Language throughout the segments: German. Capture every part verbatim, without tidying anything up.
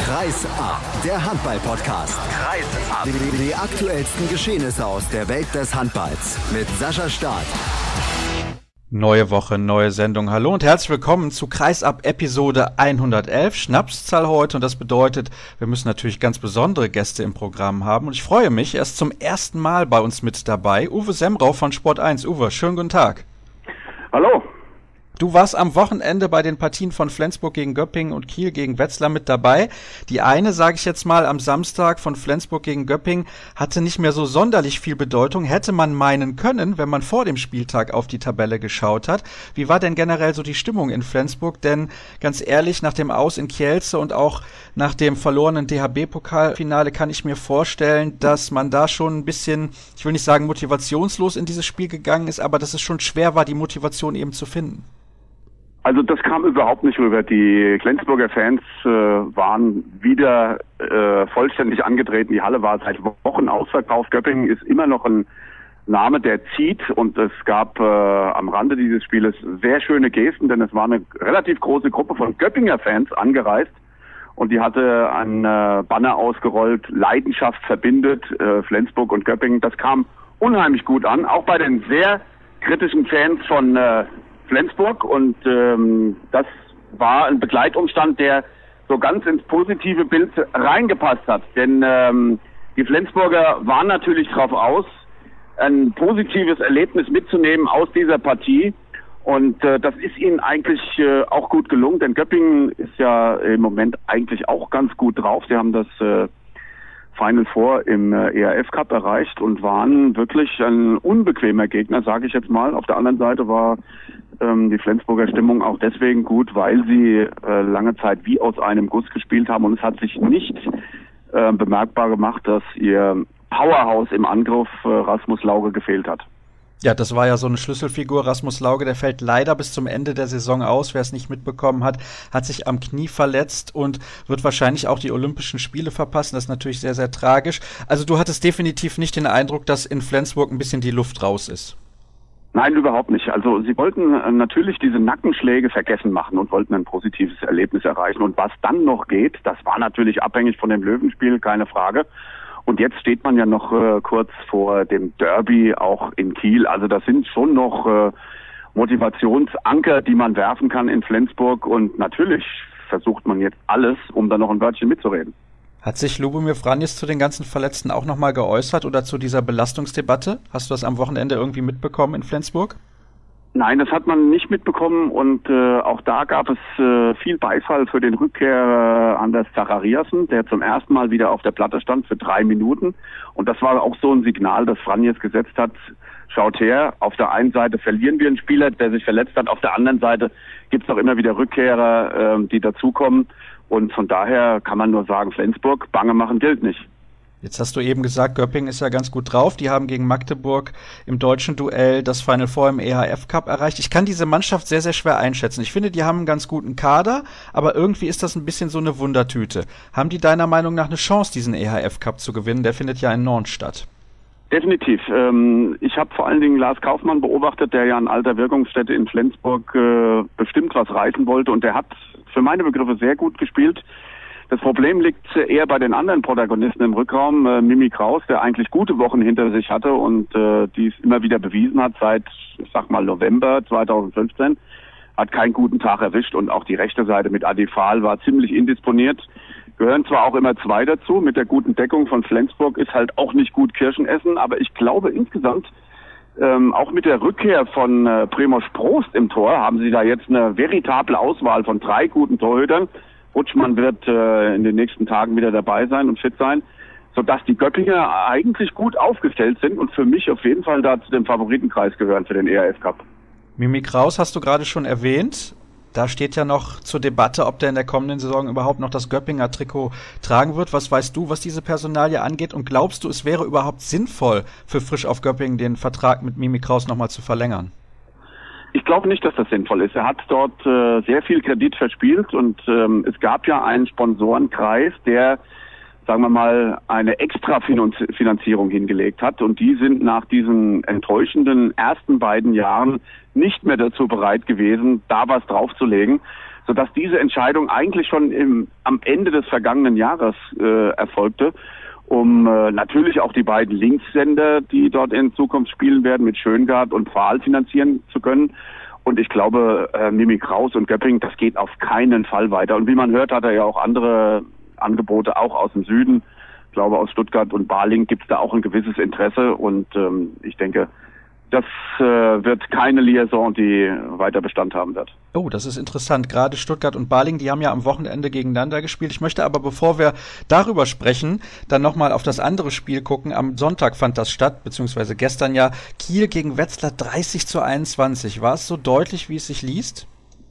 Kreis ab, der Handball-Podcast. Kreis ab. Die, die aktuellsten Geschehnisse aus der Welt des Handballs mit Sascha Staat. Neue Woche, neue Sendung. Hallo und herzlich willkommen zu Kreisab Episode hundertelf. Schnapszahl heute und das bedeutet, wir müssen natürlich ganz besondere Gäste im Programm haben. Und ich freue mich, er ist zum ersten Mal bei uns mit dabei. Uwe Semrau von Sport eins. Uwe, schönen guten Tag. Hallo. Du warst am Wochenende bei den Partien von Flensburg gegen Göppingen und Kiel gegen Wetzlar mit dabei. Die eine, sage ich jetzt mal, am Samstag von Flensburg gegen Göppingen hatte nicht mehr so sonderlich viel Bedeutung. Hätte man meinen können, wenn man vor dem Spieltag auf die Tabelle geschaut hat. Wie war denn generell so die Stimmung in Flensburg? Denn ganz ehrlich, nach dem Aus in Kielce und auch nach dem verlorenen D H B-Pokalfinale kann ich mir vorstellen, dass man da schon ein bisschen, ich will nicht sagen motivationslos in dieses Spiel gegangen ist, aber dass es schon schwer war, die Motivation eben zu finden. Also das kam überhaupt nicht rüber. Die Flensburger Fans äh, waren wieder äh, vollständig angetreten. Die Halle war seit Wochen ausverkauft. Göppingen ist immer noch ein Name, der zieht. Und es gab äh, am Rande dieses Spieles sehr schöne Gesten, denn es war eine relativ große Gruppe von Göppinger Fans angereist. Und die hatte ein äh, Banner ausgerollt, Leidenschaft verbindet äh, Flensburg und Göppingen. Das kam unheimlich gut an, auch bei den sehr kritischen Fans von äh, Flensburg, und ähm, das war ein Begleitumstand, der so ganz ins positive Bild reingepasst hat. Denn ähm, die Flensburger waren natürlich darauf aus, ein positives Erlebnis mitzunehmen aus dieser Partie. Und äh, das ist ihnen eigentlich äh, auch gut gelungen, denn Göppingen ist ja im Moment eigentlich auch ganz gut drauf. Sie haben das äh, Final Four im äh, E H F Cup erreicht und waren wirklich ein unbequemer Gegner, sage ich jetzt mal. Auf der anderen Seite war ähm, die Flensburger Stimmung auch deswegen gut, weil sie äh, lange Zeit wie aus einem Guss gespielt haben, und es hat sich nicht äh, bemerkbar gemacht, dass ihr Powerhouse im Angriff äh, Rasmus Lauge gefehlt hat. Ja, das war ja so eine Schlüsselfigur, Rasmus Lauge, der fällt leider bis zum Ende der Saison aus. Wer es nicht mitbekommen hat, hat sich am Knie verletzt und wird wahrscheinlich auch die Olympischen Spiele verpassen. Das ist natürlich sehr, sehr tragisch. Also du hattest definitiv nicht den Eindruck, dass in Flensburg ein bisschen die Luft raus ist. Nein, überhaupt nicht. Also sie wollten äh, natürlich diese Nackenschläge vergessen machen und wollten ein positives Erlebnis erreichen. Und was dann noch geht, das war natürlich abhängig von dem Löwenspiel, keine Frage. Und jetzt steht man ja noch äh, kurz vor dem Derby auch in Kiel. Also das sind schon noch äh, Motivationsanker, die man werfen kann in Flensburg. Und natürlich versucht man jetzt alles, um da noch ein Wörtchen mitzureden. Hat sich Lubomir Vranjes zu den ganzen Verletzten auch nochmal geäußert oder zu dieser Belastungsdebatte? Hast du das am Wochenende irgendwie mitbekommen in Flensburg? Nein, das hat man nicht mitbekommen, und äh, auch da gab es äh, viel Beifall für den Rückkehrer Anders Zachariasen, der zum ersten Mal wieder auf der Platte stand für drei Minuten. Und das war auch so ein Signal, das Vranjes gesetzt hat. Schaut her, auf der einen Seite verlieren wir einen Spieler, der sich verletzt hat, auf der anderen Seite gibt es auch immer wieder Rückkehrer, äh, die dazukommen. Und von daher kann man nur sagen, Flensburg, bange machen gilt nicht. Jetzt hast du eben gesagt, Göppingen ist ja ganz gut drauf. Die haben gegen Magdeburg im deutschen Duell das Final Four im E H F Cup erreicht. Ich kann diese Mannschaft sehr, sehr schwer einschätzen. Ich finde, die haben einen ganz guten Kader, aber irgendwie ist das ein bisschen so eine Wundertüte. Haben die deiner Meinung nach eine Chance, diesen E H F Cup zu gewinnen? Der findet ja in Nantes statt. Definitiv. Ähm, ich habe vor allen Dingen Lars Kaufmann beobachtet, der ja an alter Wirkungsstätte in Flensburg äh, bestimmt was reißen wollte, und der hat für meine Begriffe sehr gut gespielt. Das Problem liegt eher bei den anderen Protagonisten im Rückraum. Äh, Mimi Kraus, der eigentlich gute Wochen hinter sich hatte und äh, dies immer wieder bewiesen hat seit, ich sag mal, November zweitausendfünfzehn, hat keinen guten Tag erwischt, und auch die rechte Seite mit Adi Fahl war ziemlich indisponiert. Gehören zwar auch immer zwei dazu, mit der guten Deckung von Flensburg ist halt auch nicht gut Kirschen essen, aber ich glaube insgesamt, ähm, auch mit der Rückkehr von äh, Primož Prost im Tor, haben sie da jetzt eine veritable Auswahl von drei guten Torhütern. Rutschmann wird äh, in den nächsten Tagen wieder dabei sein und fit sein, sodass die Göppinger eigentlich gut aufgestellt sind und für mich auf jeden Fall da zu dem Favoritenkreis gehören für den E H F Cup. Mimi Kraus hast du gerade schon erwähnt. Da steht ja noch zur Debatte, ob der in der kommenden Saison überhaupt noch das Göppinger Trikot tragen wird. Was weißt du, was diese Personalie angeht? Und glaubst du, es wäre überhaupt sinnvoll für Frisch auf Göppingen, den Vertrag mit Mimi Kraus nochmal zu verlängern? Ich glaube nicht, dass das sinnvoll ist. Er hat dort äh, sehr viel Kredit verspielt, und ähm, es gab ja einen Sponsorenkreis, der, sagen wir mal, eine Extrafinanzierung hingelegt hat, und die sind nach diesen enttäuschenden ersten beiden Jahren nicht mehr dazu bereit gewesen, da was draufzulegen. sodass diese Entscheidung eigentlich schon im, am Ende des vergangenen Jahres äh, erfolgte, um äh, natürlich auch die beiden Linkssender, die dort in Zukunft spielen werden, mit Schöngard und Pfahl finanzieren zu können. Und ich glaube, äh, Mimi Kraus und Göpping, das geht auf keinen Fall weiter. Und wie man hört, hat er ja auch andere Angebote, auch aus dem Süden. Ich glaube, aus Stuttgart und Balingen gibt es da auch ein gewisses Interesse. Und ähm, ich denke, das äh, wird keine Liaison, die weiter Bestand haben wird. Oh, das ist interessant. Gerade Stuttgart und Balingen, die haben ja am Wochenende gegeneinander gespielt. Ich möchte aber, bevor wir darüber sprechen, dann nochmal auf das andere Spiel gucken. Am Sonntag fand das statt, beziehungsweise gestern ja. Kiel gegen Wetzlar dreißig zu einundzwanzig. War es so deutlich, wie es sich liest?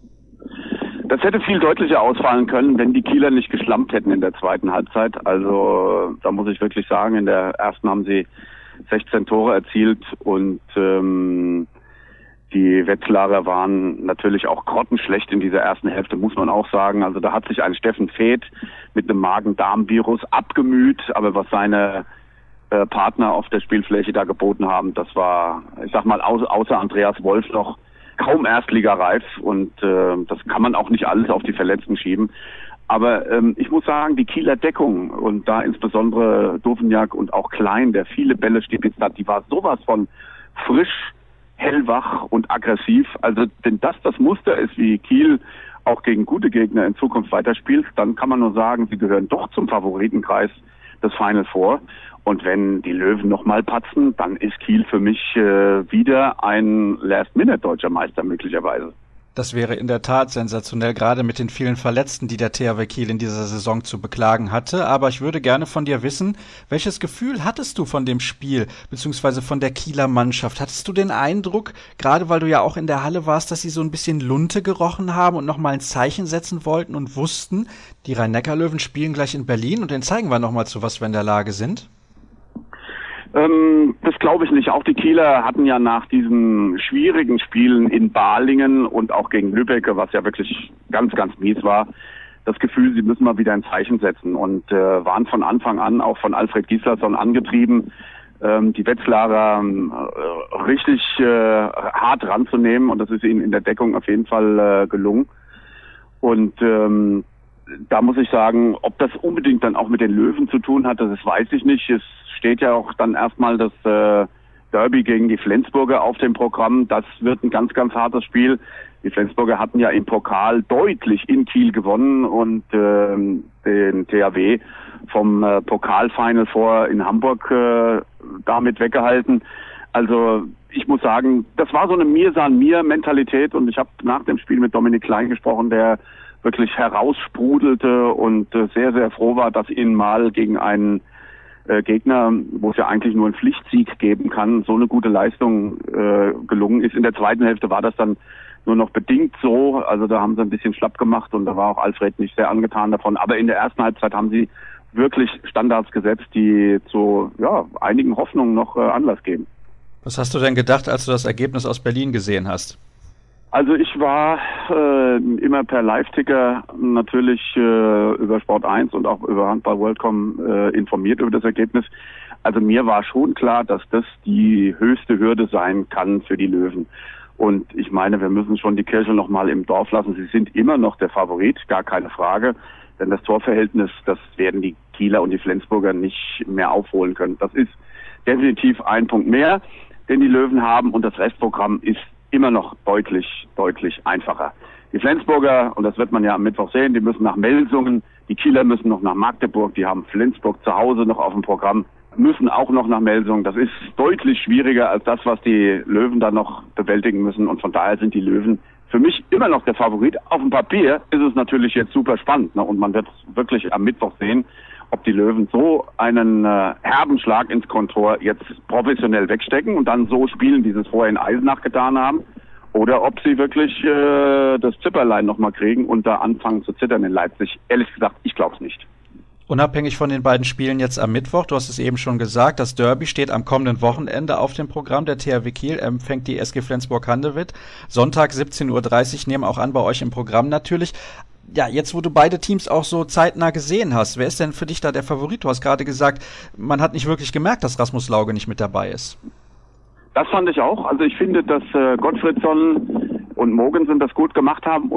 Das hätte viel deutlicher ausfallen können, wenn die Kieler nicht geschlampt hätten in der zweiten Halbzeit. Also da muss ich wirklich sagen, in der ersten haben sie sechzehn Tore erzielt und ähm, die Wetzlarer waren natürlich auch grottenschlecht in dieser ersten Hälfte, muss man auch sagen. Also da hat sich ein Steffen Feeth mit einem Magen-Darm-Virus abgemüht, aber was seine äh, Partner auf der Spielfläche da geboten haben, das war, ich sag mal, au- außer Andreas Wolf noch kaum erstligareif und äh, das kann man auch nicht alles auf die Verletzten schieben. Aber ähm, ich muss sagen, die Kieler Deckung und da insbesondere Dovniak und auch Klein, der viele Bälle stibitzt hat, die war sowas von frisch, hellwach und aggressiv. Also wenn das das Muster ist, wie Kiel auch gegen gute Gegner in Zukunft weiterspielt, dann kann man nur sagen, sie gehören doch zum Favoritenkreis des Final Four. Und wenn die Löwen nochmal patzen, dann ist Kiel für mich äh, wieder ein Last-Minute-deutscher Meister möglicherweise. Das wäre in der Tat sensationell, gerade mit den vielen Verletzten, die der T H W Kiel in dieser Saison zu beklagen hatte. Aber ich würde gerne von dir wissen, welches Gefühl hattest du von dem Spiel, beziehungsweise von der Kieler Mannschaft? Hattest du den Eindruck, gerade weil du ja auch in der Halle warst, dass sie so ein bisschen Lunte gerochen haben und nochmal ein Zeichen setzen wollten und wussten, die Rhein-Neckar-Löwen spielen gleich in Berlin und dann zeigen wir nochmal, zu was wir in der Lage sind? Ähm, das glaube ich nicht. Auch die Kieler hatten ja nach diesen schwierigen Spielen in Balingen und auch gegen Lübbecke, was ja wirklich ganz, ganz mies war, das Gefühl, sie müssen mal wieder ein Zeichen setzen und äh, waren von Anfang an auch von Alfred Gislason angetrieben, ähm, die Wetzlarer äh, richtig äh, hart ranzunehmen und das ist ihnen in der Deckung auf jeden Fall äh, gelungen. Und ähm, da muss ich sagen, ob das unbedingt dann auch mit den Löwen zu tun hat, das weiß ich nicht. Es steht ja auch dann erstmal das äh, Derby gegen die Flensburger auf dem Programm. Das wird ein ganz, ganz hartes Spiel. Die Flensburger hatten ja im Pokal deutlich in Kiel gewonnen und äh, den T H W vom äh, Pokalfinal vor in Hamburg äh, damit weggehalten. Also ich muss sagen, das war so eine Mir-San-Mir-Mentalität und ich habe nach dem Spiel mit Dominik Klein gesprochen, der wirklich heraussprudelte und äh, sehr, sehr froh war, dass ihnen mal gegen einen äh, Gegner, wo es ja eigentlich nur einen Pflichtsieg geben kann, so eine gute Leistung äh, gelungen ist. In der zweiten Hälfte war das dann nur noch bedingt so, also da haben sie ein bisschen schlapp gemacht und da war auch Alfred nicht sehr angetan davon. Aber in der ersten Halbzeit haben sie wirklich Standards gesetzt, die zu ja, einigen Hoffnungen noch äh, Anlass geben. Was hast du denn gedacht, als du das Ergebnis aus Berlin gesehen hast? Also ich war äh, immer per Live-Ticker natürlich äh, über Sport eins und auch über Handball World Punkt com äh, informiert über das Ergebnis. Also mir war schon klar, dass das die höchste Hürde sein kann für die Löwen. Und ich meine, wir müssen schon die Kirche noch mal im Dorf lassen. Sie sind immer noch der Favorit, gar keine Frage. Denn das Torverhältnis, das werden die Kieler und die Flensburger nicht mehr aufholen können. Das ist definitiv ein Punkt mehr, den die Löwen haben. Und das Restprogramm ist immer noch deutlich, deutlich einfacher. Die Flensburger, und das wird man ja am Mittwoch sehen, die müssen nach Melsungen, die Kieler müssen noch nach Magdeburg, die haben Flensburg zu Hause noch auf dem Programm, müssen auch noch nach Melsungen. Das ist deutlich schwieriger als das, was die Löwen da noch bewältigen müssen und von daher sind die Löwen für mich immer noch der Favorit. Auf dem Papier ist es natürlich jetzt super spannend, ne? Und man wird wirklich am Mittwoch sehen, ob die Löwen so einen äh, herben Schlag ins Kontor jetzt professionell wegstecken und dann so spielen, wie sie es vorher in Eisenach getan haben, oder ob sie wirklich äh, das Zipperlein nochmal kriegen und da anfangen zu zittern in Leipzig. Ehrlich gesagt, ich glaube es nicht. Unabhängig von den beiden Spielen jetzt am Mittwoch, du hast es eben schon gesagt, das Derby steht am kommenden Wochenende auf dem Programm. Der T H W Kiel empfängt die S G Flensburg-Handewitt. Sonntag siebzehn Uhr dreißig, nehmen auch an bei euch im Programm natürlich. Ja, jetzt wo du beide Teams auch so zeitnah gesehen hast, wer ist denn für dich da der Favorit? Du hast gerade gesagt, man hat nicht wirklich gemerkt, dass Rasmus Lauge nicht mit dabei ist. Das fand ich auch. Also ich finde, dass äh, Gottfriedson und Mogensen das gut gemacht haben und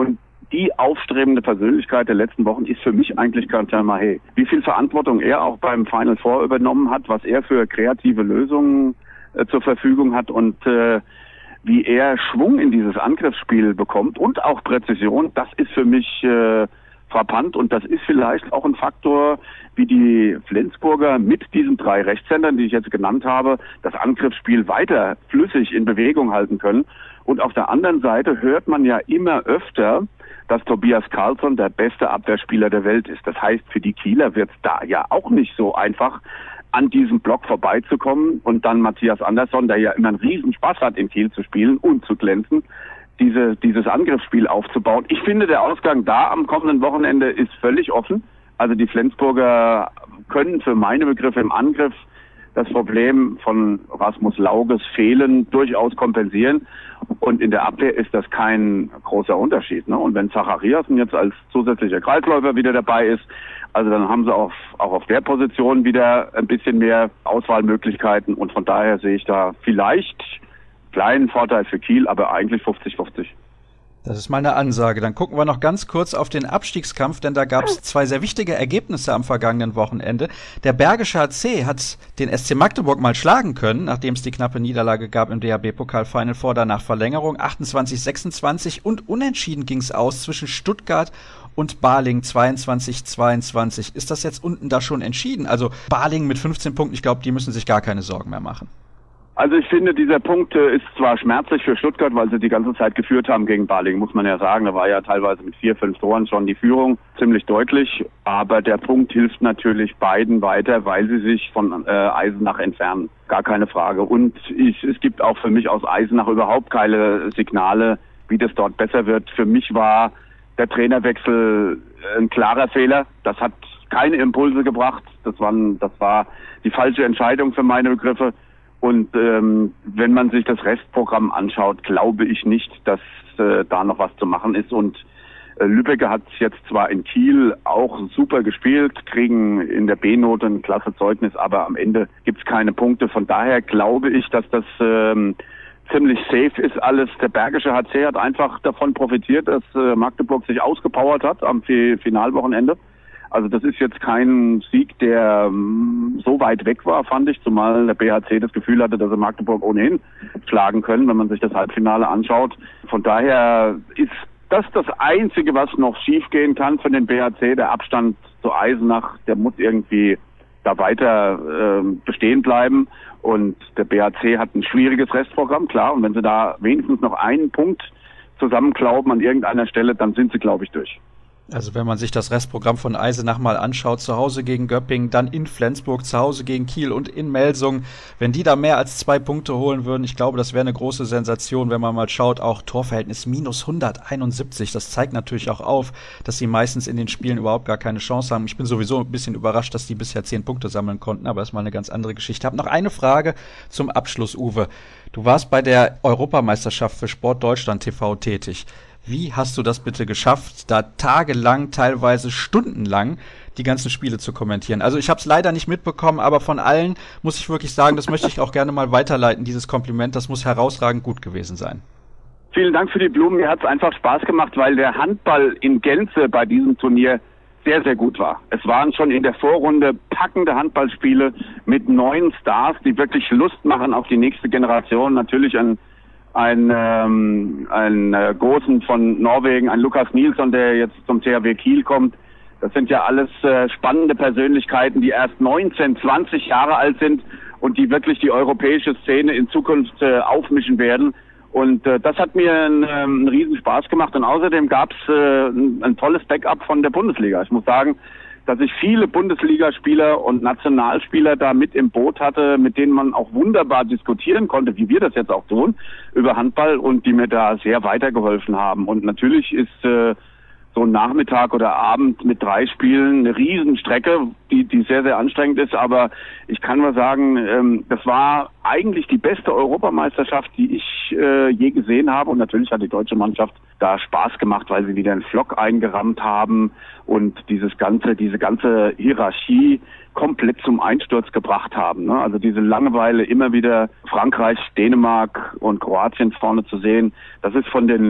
die aufstrebende Persönlichkeit der letzten Wochen ist für mich eigentlich Quentin Mahé. Wie viel Verantwortung er auch beim Final Four übernommen hat, was er für kreative Lösungen äh, zur Verfügung hat und äh, wie er Schwung in dieses Angriffsspiel bekommt und auch Präzision, das ist für mich äh, frappant und das ist vielleicht auch ein Faktor, wie die Flensburger mit diesen drei Rechtshändern, die ich jetzt genannt habe, das Angriffsspiel weiter flüssig in Bewegung halten können. Und auf der anderen Seite hört man ja immer öfter, dass Tobias Karlsson der beste Abwehrspieler der Welt ist. Das heißt, für die Kieler wird es da ja auch nicht so einfach, an diesem Block vorbeizukommen und dann Matthias Andersson, der ja immer einen riesen Spaß hat, in Kiel zu spielen und zu glänzen, diese, dieses Angriffsspiel aufzubauen. Ich finde, der Ausgang da am kommenden Wochenende ist völlig offen. Also die Flensburger können für meine Begriffe im Angriff das Problem von Rasmus Lauges Fehlen durchaus kompensieren. Und in der Abwehr ist das kein großer Unterschied, ne? Und wenn Zachariasen jetzt als zusätzlicher Kreisläufer wieder dabei ist, also dann haben sie auch, auch auf der Position wieder ein bisschen mehr Auswahlmöglichkeiten. Und von daher sehe ich da vielleicht kleinen Vorteil für Kiel, aber eigentlich fünfzig fünfzig. Das ist mal eine Ansage. Dann gucken wir noch ganz kurz auf den Abstiegskampf, denn da gab es zwei sehr wichtige Ergebnisse am vergangenen Wochenende. Der Bergische H C hat den S C Magdeburg mal schlagen können, nachdem es die knappe Niederlage gab im D H B-Pokal Final Four, danach Verlängerung achtundzwanzig sechsundzwanzig und unentschieden ging es aus zwischen Stuttgart und Balingen zweiundzwanzig zweiundzwanzig. Ist das jetzt unten da schon entschieden? Also Balingen mit fünfzehn Punkten, ich glaube, die müssen sich gar keine Sorgen mehr machen. Also ich finde, dieser Punkt äh, ist zwar schmerzlich für Stuttgart, weil sie die ganze Zeit geführt haben gegen Balingen, muss man ja sagen. Da war ja teilweise mit vier, fünf Toren schon die Führung, ziemlich deutlich. Aber der Punkt hilft natürlich beiden weiter, weil sie sich von äh, Eisenach entfernen. Gar keine Frage. Und ich, es gibt auch für mich aus Eisenach überhaupt keine Signale, wie das dort besser wird. Für mich war der Trainerwechsel ein klarer Fehler. Das hat keine Impulse gebracht. Das war, das war die falsche Entscheidung für meine Begriffe. Und ähm, wenn man sich das Restprogramm anschaut, glaube ich nicht, dass äh, da noch was zu machen ist. Und äh, Lübbecke hat jetzt zwar in Kiel auch super gespielt, kriegen in der B-Note ein klasse Zeugnis, aber am Ende gibt's keine Punkte. Von daher glaube ich, dass das ähm, ziemlich safe ist alles. Der Bergische H C hat einfach davon profitiert, dass äh, Magdeburg sich ausgepowert hat am Finalwochenende. Also das ist jetzt kein Sieg, der um, so weit weg war, fand ich, zumal der B H C das Gefühl hatte, dass sie Magdeburg ohnehin schlagen können, wenn man sich das Halbfinale anschaut. Von daher ist das das Einzige, was noch schiefgehen kann für den B H C. Der Abstand zu Eisenach, der muss irgendwie da weiter äh, bestehen bleiben. Und der B H C hat ein schwieriges Restprogramm, klar. Und wenn sie da wenigstens noch einen Punkt zusammenklauben an irgendeiner Stelle, dann sind sie, glaube ich, durch. Also wenn man sich das Restprogramm von Eisenach mal anschaut, zu Hause gegen Göppingen, dann in Flensburg, zu Hause gegen Kiel und in Melsungen, wenn die da mehr als zwei Punkte holen würden, ich glaube, das wäre eine große Sensation, wenn man mal schaut, auch Torverhältnis minus hunderteinundsiebzig, das zeigt natürlich auch auf, dass sie meistens in den Spielen überhaupt gar keine Chance haben. Ich bin sowieso ein bisschen überrascht, dass die bisher zehn Punkte sammeln konnten, aber das ist mal eine ganz andere Geschichte. Ich habe noch eine Frage zum Abschluss, Uwe. Du warst bei der Europameisterschaft für Sport Deutschland T V tätig. Wie hast du das bitte geschafft, da tagelang, teilweise stundenlang die ganzen Spiele zu kommentieren? Also ich habe es leider nicht mitbekommen, aber von allen muss ich wirklich sagen, das möchte ich auch gerne mal weiterleiten, dieses Kompliment, das muss herausragend gut gewesen sein. Vielen Dank für die Blumen, mir hat es einfach Spaß gemacht, weil der Handball in Gänze bei diesem Turnier sehr, sehr gut war. Es waren schon in der Vorrunde packende Handballspiele mit neun Stars, die wirklich Lust machen auf die nächste Generation. Natürlich ein ein, ähm, ein äh, Großen von Norwegen, ein Lukas Nilsson, der jetzt zum T H W Kiel kommt. Das sind ja alles äh, spannende Persönlichkeiten, die erst neunzehn, zwanzig Jahre alt sind und die wirklich die europäische Szene in Zukunft äh, aufmischen werden. Und äh, das hat mir einen, äh, einen riesen Spaß gemacht. Und außerdem gab es äh, ein, ein tolles Backup von der Bundesliga. Ich muss sagen, dass ich viele Bundesligaspieler und Nationalspieler da mit im Boot hatte, mit denen man auch wunderbar diskutieren konnte, wie wir das jetzt auch tun, über Handball und die mir da sehr weitergeholfen haben. Und natürlich ist äh, so ein Nachmittag oder Abend mit drei Spielen eine Riesenstrecke, die, die sehr, sehr anstrengend ist. Aber ich kann mal sagen, ähm, das war eigentlich die beste Europameisterschaft, die ich äh, je gesehen habe. Und natürlich hat die deutsche Mannschaft da Spaß gemacht, weil sie wieder einen Flock eingerammt haben und dieses ganze, diese ganze Hierarchie komplett zum Einsturz gebracht haben. Ne? Also diese Langeweile, immer wieder Frankreich, Dänemark und Kroatien vorne zu sehen, das ist von den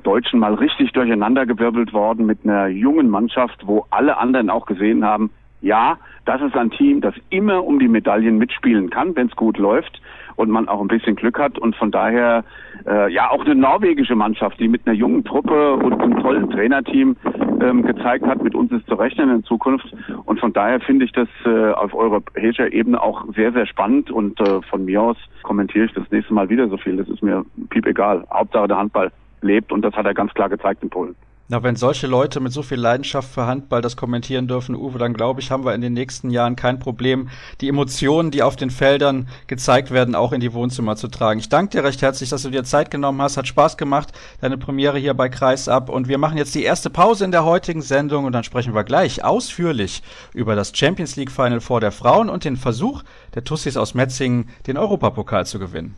Deutschen mal richtig durcheinandergewirbelt worden mit einer jungen Mannschaft, wo alle anderen auch gesehen haben, ja, das ist ein Team, das immer um die Medaillen mitspielen kann, wenn es gut läuft und man auch ein bisschen Glück hat. Und von daher, äh, ja, auch eine norwegische Mannschaft, die mit einer jungen Truppe und einem tollen Trainerteam ähm, gezeigt hat, mit uns ist zu rechnen in Zukunft. Und von daher finde ich das äh, auf europäischer Ebene auch sehr, sehr spannend. Und äh, von mir aus kommentiere ich das nächste Mal wieder so viel. Das ist mir piep egal. Hauptsache der Handball lebt und das hat er ganz klar gezeigt in Polen. Na, wenn solche Leute mit so viel Leidenschaft für Handball das kommentieren dürfen, Uwe, dann glaube ich, haben wir in den nächsten Jahren kein Problem, die Emotionen, die auf den Feldern gezeigt werden, auch in die Wohnzimmer zu tragen. Ich danke dir recht herzlich, dass du dir Zeit genommen hast. Hat Spaß gemacht, deine Premiere hier bei Kreisab. Und wir machen jetzt die erste Pause in der heutigen Sendung und dann sprechen wir gleich ausführlich über das Champions League Final Four der Frauen und den Versuch der Tussis aus Metzingen, den Europapokal zu gewinnen.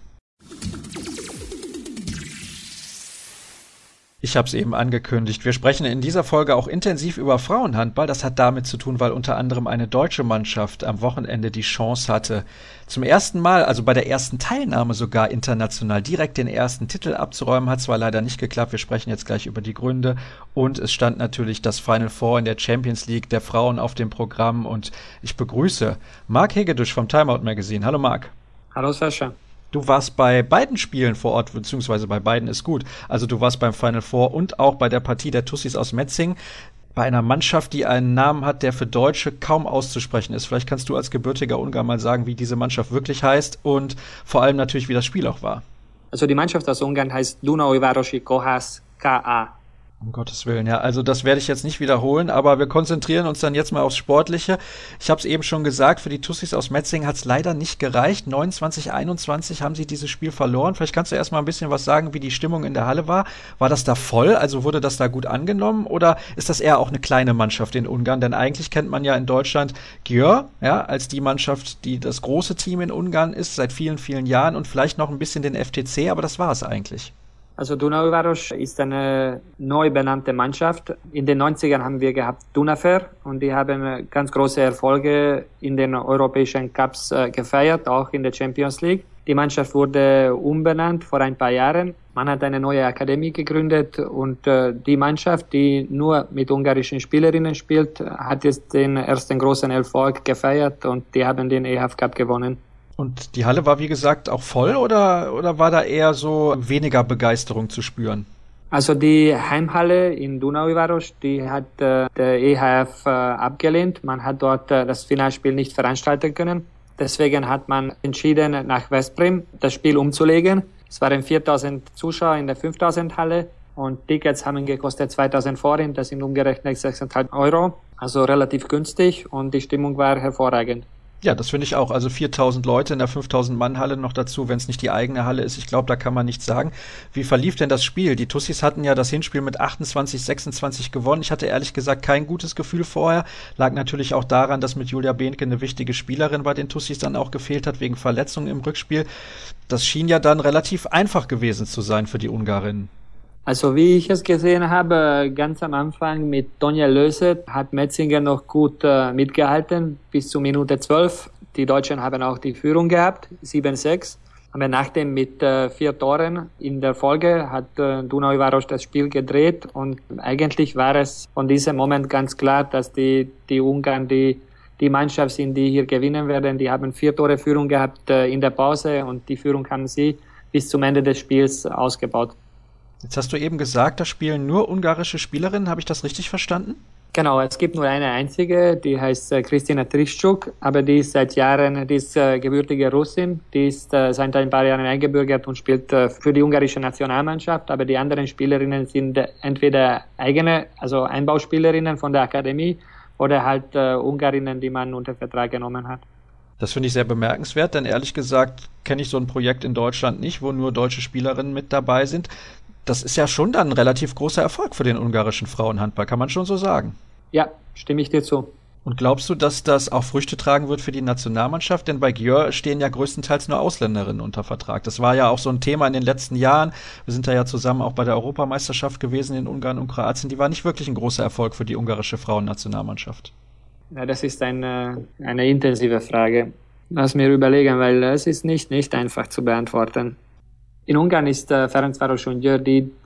Ich habe es eben angekündigt. Wir sprechen in dieser Folge auch intensiv über Frauenhandball. Das hat damit zu tun, weil unter anderem eine deutsche Mannschaft am Wochenende die Chance hatte, zum ersten Mal, also bei der ersten Teilnahme sogar international, direkt den ersten Titel abzuräumen. Hat zwar leider nicht geklappt. Wir sprechen jetzt gleich über die Gründe. Und es stand natürlich das Final Four in der Champions League der Frauen auf dem Programm. Und ich begrüße Marc Hegedüsch vom Timeout Magazine. Hallo Marc. Hallo Sascha. Du warst bei beiden Spielen vor Ort, beziehungsweise bei beiden ist gut. Also du warst beim Final Four und auch bei der Partie der Tussis aus Metzingen, bei einer Mannschaft, die einen Namen hat, der für Deutsche kaum auszusprechen ist. Vielleicht kannst du als gebürtiger Ungar mal sagen, wie diese Mannschaft wirklich heißt und vor allem natürlich, wie das Spiel auch war. Also die Mannschaft aus Ungarn heißt Dunaújvárosi Kohász K A. Um Gottes Willen, ja. Also das werde ich jetzt nicht wiederholen, aber wir konzentrieren uns dann jetzt mal aufs Sportliche. Ich habe es eben schon gesagt, für die Tussis aus Metzingen hat es leider nicht gereicht. neunundzwanzig einundzwanzig haben sie dieses Spiel verloren. Vielleicht kannst du erst mal ein bisschen was sagen, wie die Stimmung in der Halle war. War das da voll? Also wurde das da gut angenommen? Oder ist das eher auch eine kleine Mannschaft in Ungarn? Denn eigentlich kennt man ja in Deutschland Győr, ja, als die Mannschaft, die das große Team in Ungarn ist, seit vielen, vielen Jahren und vielleicht noch ein bisschen den F T C, aber das war es eigentlich. Also Dunaújváros ist eine neu benannte Mannschaft. In den neunzigern haben wir gehabt Dunafer und die haben ganz große Erfolge in den europäischen Cups äh, gefeiert, auch in der Champions League. Die Mannschaft wurde umbenannt vor ein paar Jahren. Man hat eine neue Akademie gegründet und äh, die Mannschaft, die nur mit ungarischen Spielerinnen spielt, hat jetzt den ersten großen Erfolg gefeiert und die haben den E H F Cup gewonnen. Und die Halle war, wie gesagt, auch voll oder, oder war da eher so weniger Begeisterung zu spüren? Also die Heimhalle in Dunaújváros, die hat äh, der E H F äh, abgelehnt. Man hat dort äh, das Finalspiel nicht veranstalten können. Deswegen hat man entschieden, nach Veszprém das Spiel umzulegen. Es waren viertausend Zuschauer in der fünftausend Halle und Tickets haben gekostet zweitausend Forint, das sind umgerechnet sechseinhalb Euro. Also relativ günstig und die Stimmung war hervorragend. Ja, das finde ich auch. Also viertausend Leute in der fünftausend-Mann-Halle noch dazu, wenn es nicht die eigene Halle ist. Ich glaube, da kann man nichts sagen. Wie verlief denn das Spiel? Die Tussis hatten ja das Hinspiel mit achtundzwanzig sechsundzwanzig gewonnen. Ich hatte ehrlich gesagt kein gutes Gefühl vorher. Lag natürlich auch daran, dass mit Julia Behnke eine wichtige Spielerin bei den Tussis dann auch gefehlt hat, wegen Verletzungen im Rückspiel. Das schien ja dann relativ einfach gewesen zu sein für die Ungarinnen. Also wie ich es gesehen habe, ganz am Anfang mit Tonja Löset hat Metzingen noch gut äh, mitgehalten, bis zur Minute zwölf. Die Deutschen haben auch die Führung gehabt, sieben sechs. Aber nachdem mit äh, vier Toren in der Folge hat äh, Dunaújváros das Spiel gedreht und eigentlich war es von diesem Moment ganz klar, dass die, die Ungarn die, die Mannschaft sind, die hier gewinnen werden. Die haben vier Tore Führung gehabt äh, in der Pause und die Führung haben sie bis zum Ende des Spiels ausgebaut. Jetzt hast du eben gesagt, da spielen nur ungarische Spielerinnen. Habe ich das richtig verstanden? Genau, es gibt nur eine einzige, die heißt äh, Kristina Trischuk, aber die ist seit Jahren, die ist äh, gebürtige Russin, die ist äh, seit ein paar Jahren eingebürgert und spielt äh, für die ungarische Nationalmannschaft, aber die anderen Spielerinnen sind äh, entweder eigene, also Einbauspielerinnen von der Akademie oder halt äh, Ungarinnen, die man unter Vertrag genommen hat. Das finde ich sehr bemerkenswert, denn ehrlich gesagt kenne ich so ein Projekt in Deutschland nicht, wo nur deutsche Spielerinnen mit dabei sind. Das ist ja schon dann ein relativ großer Erfolg für den ungarischen Frauenhandball, kann man schon so sagen. Ja, stimme ich dir zu. Und glaubst du, dass das auch Früchte tragen wird für die Nationalmannschaft? Denn bei Győr stehen ja größtenteils nur Ausländerinnen unter Vertrag. Das war ja auch so ein Thema in den letzten Jahren. Wir sind da ja zusammen auch bei der Europameisterschaft gewesen in Ungarn und Kroatien. Die war nicht wirklich ein großer Erfolg für die ungarische Frauennationalmannschaft. Ja, das ist eine, eine intensive Frage. Lass mir überlegen, weil es ist nicht, nicht einfach zu beantworten. In Ungarn ist äh, Ferencváros und Győr die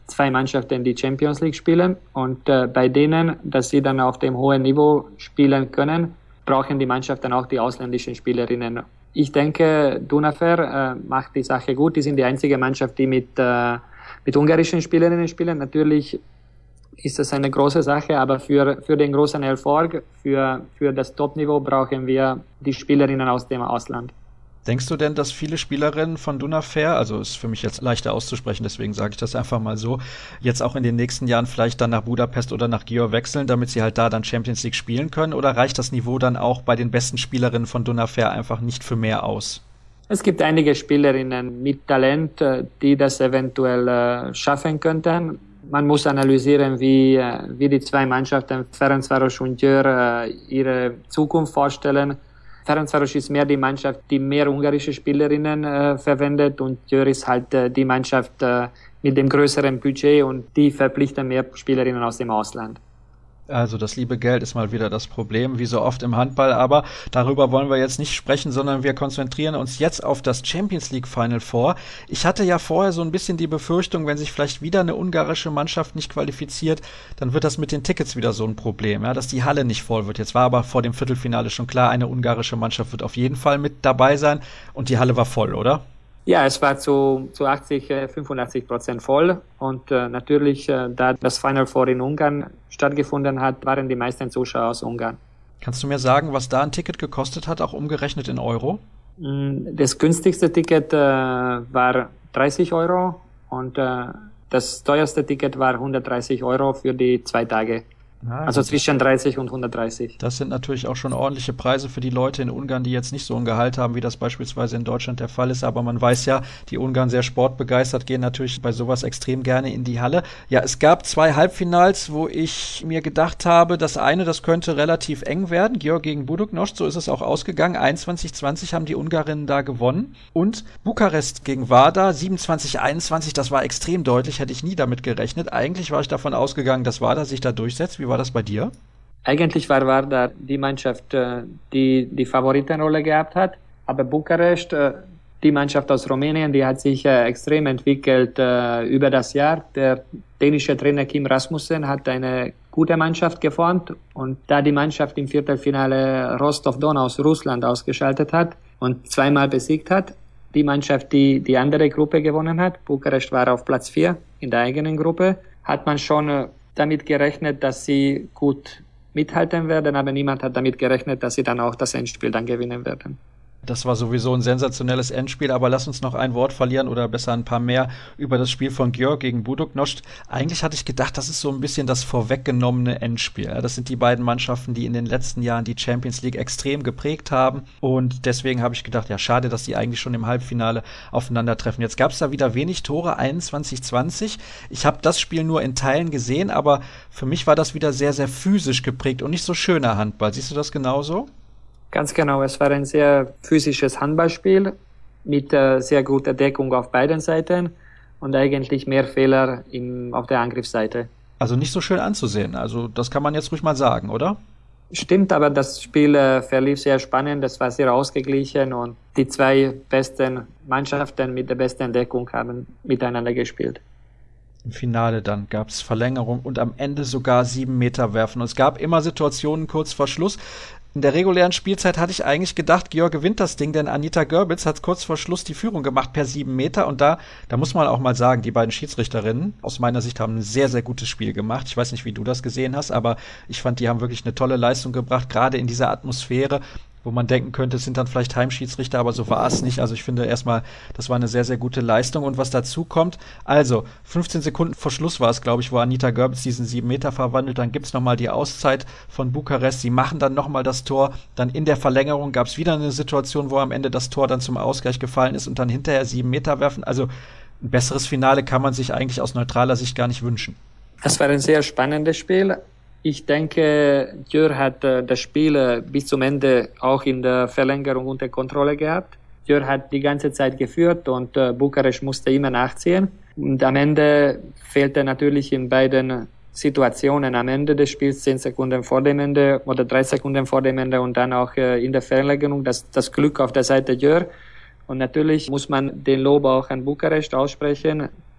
zwei Mannschaften, die Champions League spielen. Und äh, bei denen, dass sie dann auf dem hohen Niveau spielen können, brauchen die Mannschaften auch die ausländischen Spielerinnen. Ich denke, Dunafer äh, macht die Sache gut. Die sind die einzige Mannschaft, die mit, äh, mit ungarischen Spielerinnen spielen. Natürlich ist das eine große Sache, aber für, für den großen Erfolg, für, für das Top-Niveau brauchen wir die Spielerinnen aus dem Ausland. Denkst du denn, dass viele Spielerinnen von Dunafer, also ist für mich jetzt leichter auszusprechen, deswegen sage ich das einfach mal so, jetzt auch in den nächsten Jahren vielleicht dann nach Budapest oder nach Győr wechseln, damit sie halt da dann Champions League spielen können? Oder reicht das Niveau dann auch bei den besten Spielerinnen von Dunafer einfach nicht für mehr aus? Es gibt einige Spielerinnen mit Talent, die das eventuell schaffen könnten. Man muss analysieren, wie, wie die zwei Mannschaften, Ferencváros und Győr, ihre Zukunft vorstellen. Ferencváros ist mehr die Mannschaft, die mehr ungarische Spielerinnen äh, verwendet, und Győr ist halt äh, die Mannschaft äh, mit dem größeren Budget, und die verpflichten mehr Spielerinnen aus dem Ausland. Also das liebe Geld ist mal wieder das Problem, wie so oft im Handball, aber darüber wollen wir jetzt nicht sprechen, sondern wir konzentrieren uns jetzt auf das Champions League Final Four. Ich hatte ja vorher so ein bisschen die Befürchtung, wenn sich vielleicht wieder eine ungarische Mannschaft nicht qualifiziert, dann wird das mit den Tickets wieder so ein Problem, ja, dass die Halle nicht voll wird. Jetzt war aber vor dem Viertelfinale schon klar, eine ungarische Mannschaft wird auf jeden Fall mit dabei sein, und die Halle war voll, oder? Ja, es war zu, zu achtzig, fünfundachtzig Prozent voll, und äh, natürlich, äh, da das Final Four in Ungarn stattgefunden hat, waren die meisten Zuschauer aus Ungarn. Kannst du mir sagen, was da ein Ticket gekostet hat, auch umgerechnet in Euro? Das günstigste Ticket äh, war dreißig Euro, und äh, das teuerste Ticket war hundertdreißig Euro für die zwei Tage. Ah, also zwischen dreißig und hundertdreißig. Das sind natürlich auch schon ordentliche Preise für die Leute in Ungarn, die jetzt nicht so ein Gehalt haben, wie das beispielsweise in Deutschland der Fall ist. Aber man weiß ja, die Ungarn sehr sportbegeistert, gehen natürlich bei sowas extrem gerne in die Halle. Ja, es gab zwei Halbfinals, wo ich mir gedacht habe, das eine, das könnte relativ eng werden. Győr gegen Buducnost, so ist es auch ausgegangen. einundzwanzig zwanzig haben die Ungarinnen da gewonnen. Und Bukarest gegen Vardar, siebenundzwanzig einundzwanzig, das war extrem deutlich, hätte ich nie damit gerechnet. Eigentlich war ich davon ausgegangen, dass Vardar sich da durchsetzt. Wie war das bei dir? Eigentlich war Vardar die Mannschaft, die die Favoritenrolle gehabt hat, aber Bukarest, die Mannschaft aus Rumänien, die hat sich extrem entwickelt über das Jahr. Der dänische Trainer Kim Rasmussen hat eine gute Mannschaft geformt, und da die Mannschaft im Viertelfinale Rostov-Don aus Russland ausgeschaltet hat und zweimal besiegt hat, die Mannschaft, die die andere Gruppe gewonnen hat, Bukarest war auf Platz vier in der eigenen Gruppe, hat man schon damit gerechnet, dass sie gut mithalten werden, aber niemand hat damit gerechnet, dass sie dann auch das Endspiel dann gewinnen werden. Das war sowieso ein sensationelles Endspiel, aber lass uns noch ein Wort verlieren oder besser ein paar mehr über das Spiel von Győr gegen Buducnost. Eigentlich hatte ich gedacht, das ist so ein bisschen das vorweggenommene Endspiel. Das sind die beiden Mannschaften, die in den letzten Jahren die Champions League extrem geprägt haben, und deswegen habe ich gedacht, ja, schade, dass die eigentlich schon im Halbfinale aufeinandertreffen. Jetzt gab es da wieder wenig Tore, einundzwanzig zwanzig. Ich habe das Spiel nur in Teilen gesehen, aber für mich war das wieder sehr, sehr physisch geprägt und nicht so schöner Handball. Siehst du das genauso? Ganz genau, es war ein sehr physisches Handballspiel mit äh, sehr guter Deckung auf beiden Seiten und eigentlich mehr Fehler im, auf der Angriffsseite. Also nicht so schön anzusehen, also das kann man jetzt ruhig mal sagen, oder? Stimmt, aber das Spiel äh, verlief sehr spannend, es war sehr ausgeglichen, und die zwei besten Mannschaften mit der besten Deckung haben miteinander gespielt. Im Finale dann gab es Verlängerung und am Ende sogar sieben Meter werfen. Und es gab immer Situationen kurz vor Schluss. In der regulären Spielzeit hatte ich eigentlich gedacht, Győr gewinnt das Ding, denn Anita Görbitz hat kurz vor Schluss die Führung gemacht per sieben Meter. Und da, da muss man auch mal sagen, die beiden Schiedsrichterinnen aus meiner Sicht haben ein sehr, sehr gutes Spiel gemacht. Ich weiß nicht, wie du das gesehen hast, aber ich fand, die haben wirklich eine tolle Leistung gebracht, gerade in dieser Atmosphäre, wo man denken könnte, es sind dann vielleicht Heimschiedsrichter, aber so war es nicht. Also ich finde erstmal, das war eine sehr, sehr gute Leistung. Und was dazu kommt, also fünfzehn Sekunden vor Schluss war es, glaube ich, wo Anita Görbitz diesen sieben Meter verwandelt. Dann gibt's nochmal die Auszeit von Bukarest. Sie machen dann nochmal das Tor. Dann in der Verlängerung gab's wieder eine Situation, wo am Ende das Tor dann zum Ausgleich gefallen ist und dann hinterher sieben Meter werfen. Also ein besseres Finale kann man sich eigentlich aus neutraler Sicht gar nicht wünschen. Das war ein sehr spannendes Spiel. Ich denke, Győr hat äh, das Spiel äh, bis zum Ende auch in der Verlängerung unter Kontrolle gehabt. Győr hat die ganze Zeit geführt, und äh, Bukarest musste immer nachziehen. Und am Ende fehlte natürlich in beiden Situationen am Ende des Spiels, zehn Sekunden vor dem Ende oder drei Sekunden vor dem Ende, und dann auch äh, in der Verlängerung das, das Glück auf der Seite Győr. Und natürlich muss man den Lob auch an Bukarest aussprechen.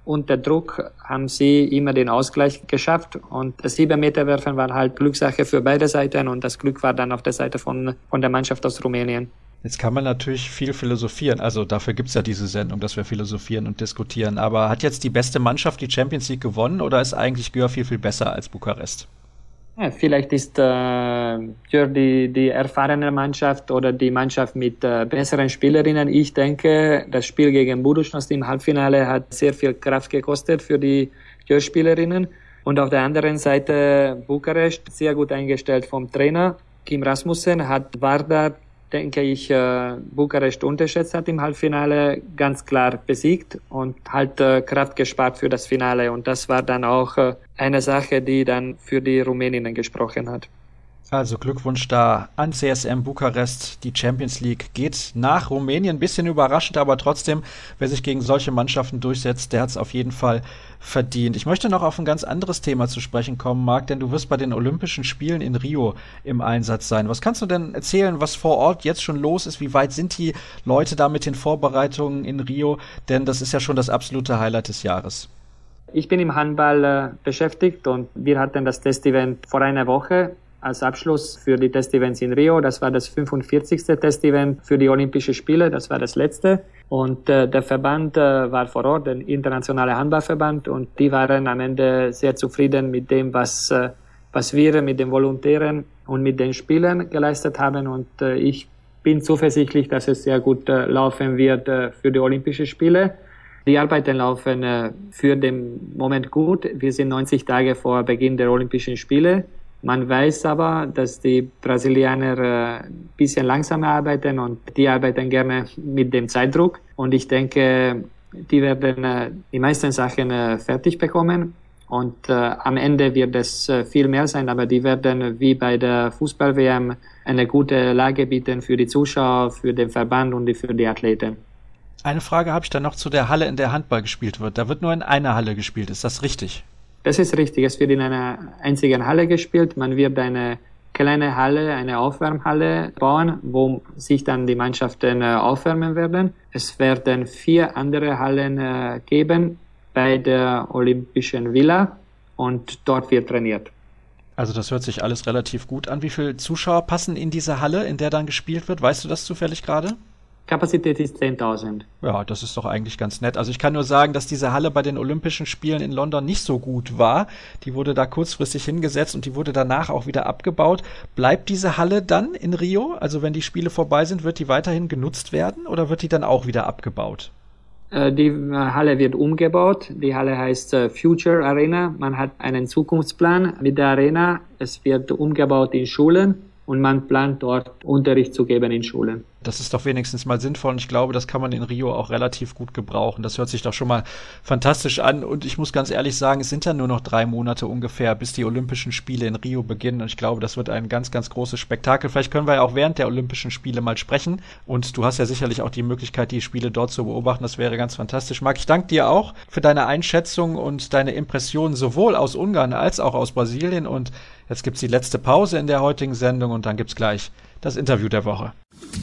unter Druck haben sie immer den Ausgleich geschafft und das Sieben-Meter-Werfen war halt Glückssache für beide Seiten und das Glück war dann auf der Seite von, von der Mannschaft aus Rumänien. Jetzt kann man natürlich viel philosophieren, also dafür gibt's ja diese Sendung, dass wir philosophieren und diskutieren, aber hat jetzt die beste Mannschaft die Champions League gewonnen oder ist eigentlich Győr viel, viel besser als Bukarest? Ja, vielleicht ist äh, Győr die, die erfahrene Mannschaft oder die Mannschaft mit äh, besseren Spielerinnen. Ich denke, das Spiel gegen Budućnost im Halbfinale hat sehr viel Kraft gekostet für die Győr-Spielerinnen. Und auf der anderen Seite Bukarest, sehr gut eingestellt vom Trainer. Kim Rasmussen hat Vardar, denke ich, äh, Bukarest unterschätzt hat im Halbfinale, ganz klar besiegt und halt äh, Kraft gespart für das Finale. Und das war dann auch äh, eine Sache, die dann für die Rumäninnen gesprochen hat. Also Glückwunsch da an C S M Bukarest. Die Champions League geht nach Rumänien. Bisschen überraschend, aber trotzdem, wer sich gegen solche Mannschaften durchsetzt, der hat es auf jeden Fall verdient. Ich möchte noch auf ein ganz anderes Thema zu sprechen kommen, Marc, denn du wirst bei den Olympischen Spielen in Rio im Einsatz sein. Was kannst du denn erzählen, was vor Ort jetzt schon los ist? Wie weit sind die Leute da mit den Vorbereitungen in Rio? Denn das ist ja schon das absolute Highlight des Jahres. Ich bin im Handball äh, beschäftigt und wir hatten das Testevent vor einer Woche als Abschluss für die Testevents in Rio. Das war das fünfundvierzigste Testevent für die Olympischen Spiele. Das war das letzte. Und äh, der Verband äh, war vor Ort, der internationale Handballverband, und die waren am Ende sehr zufrieden mit dem, was, äh, was wir mit den Volontären und mit den Spielern geleistet haben. Und äh, ich bin zuversichtlich, dass es sehr gut äh, laufen wird äh, für die Olympischen Spiele. Die Arbeiten laufen äh, für den Moment gut. Wir sind neunzig Tage vor Beginn der Olympischen Spiele. Man weiß aber, dass die Brasilianer äh, ein bisschen langsamer arbeiten und die arbeiten gerne mit dem Zeitdruck. Und ich denke, die werden äh, die meisten Sachen äh, fertig bekommen. Und äh, am Ende wird es äh, viel mehr sein, aber die werden wie bei der Fußball-W M eine gute Lage bieten für die Zuschauer, für den Verband und für die Athleten. Eine Frage habe ich dann noch zu der Halle, in der Handball gespielt wird. Da wird nur in einer Halle gespielt. Ist das richtig? Das ist richtig. Es wird in einer einzigen Halle gespielt. Man wird eine kleine Halle, eine Aufwärmhalle bauen, wo sich dann die Mannschaften äh, aufwärmen werden. Es werden vier andere Hallen äh, geben bei der Olympischen Villa und dort wird trainiert. Also das hört sich alles relativ gut an. Wie viele Zuschauer passen in diese Halle, in der dann gespielt wird? Weißt du das zufällig gerade? Kapazität ist zehntausend. Ja, das ist doch eigentlich ganz nett. Also ich kann nur sagen, dass diese Halle bei den Olympischen Spielen in London nicht so gut war. Die wurde da kurzfristig hingesetzt und die wurde danach auch wieder abgebaut. Bleibt diese Halle dann in Rio? Also wenn die Spiele vorbei sind, wird die weiterhin genutzt werden oder wird die dann auch wieder abgebaut? Die Halle wird umgebaut. Die Halle heißt Future Arena. Man hat einen Zukunftsplan mit der Arena. Es wird umgebaut in Schulen und man plant dort Unterricht zu geben in Schulen. Das ist doch wenigstens mal sinnvoll und ich glaube, das kann man in Rio auch relativ gut gebrauchen. Das hört sich doch schon mal fantastisch an und ich muss ganz ehrlich sagen, es sind ja nur noch drei Monate ungefähr, bis die Olympischen Spiele in Rio beginnen und ich glaube, das wird ein ganz, ganz großes Spektakel. Vielleicht können wir ja auch während der Olympischen Spiele mal sprechen und du hast ja sicherlich auch die Möglichkeit, die Spiele dort zu beobachten. Das wäre ganz fantastisch. Marc, ich danke dir auch für deine Einschätzung und deine Impressionen sowohl aus Ungarn als auch aus Brasilien und jetzt gibt's die letzte Pause in der heutigen Sendung und dann gibt's gleich das Interview der Woche.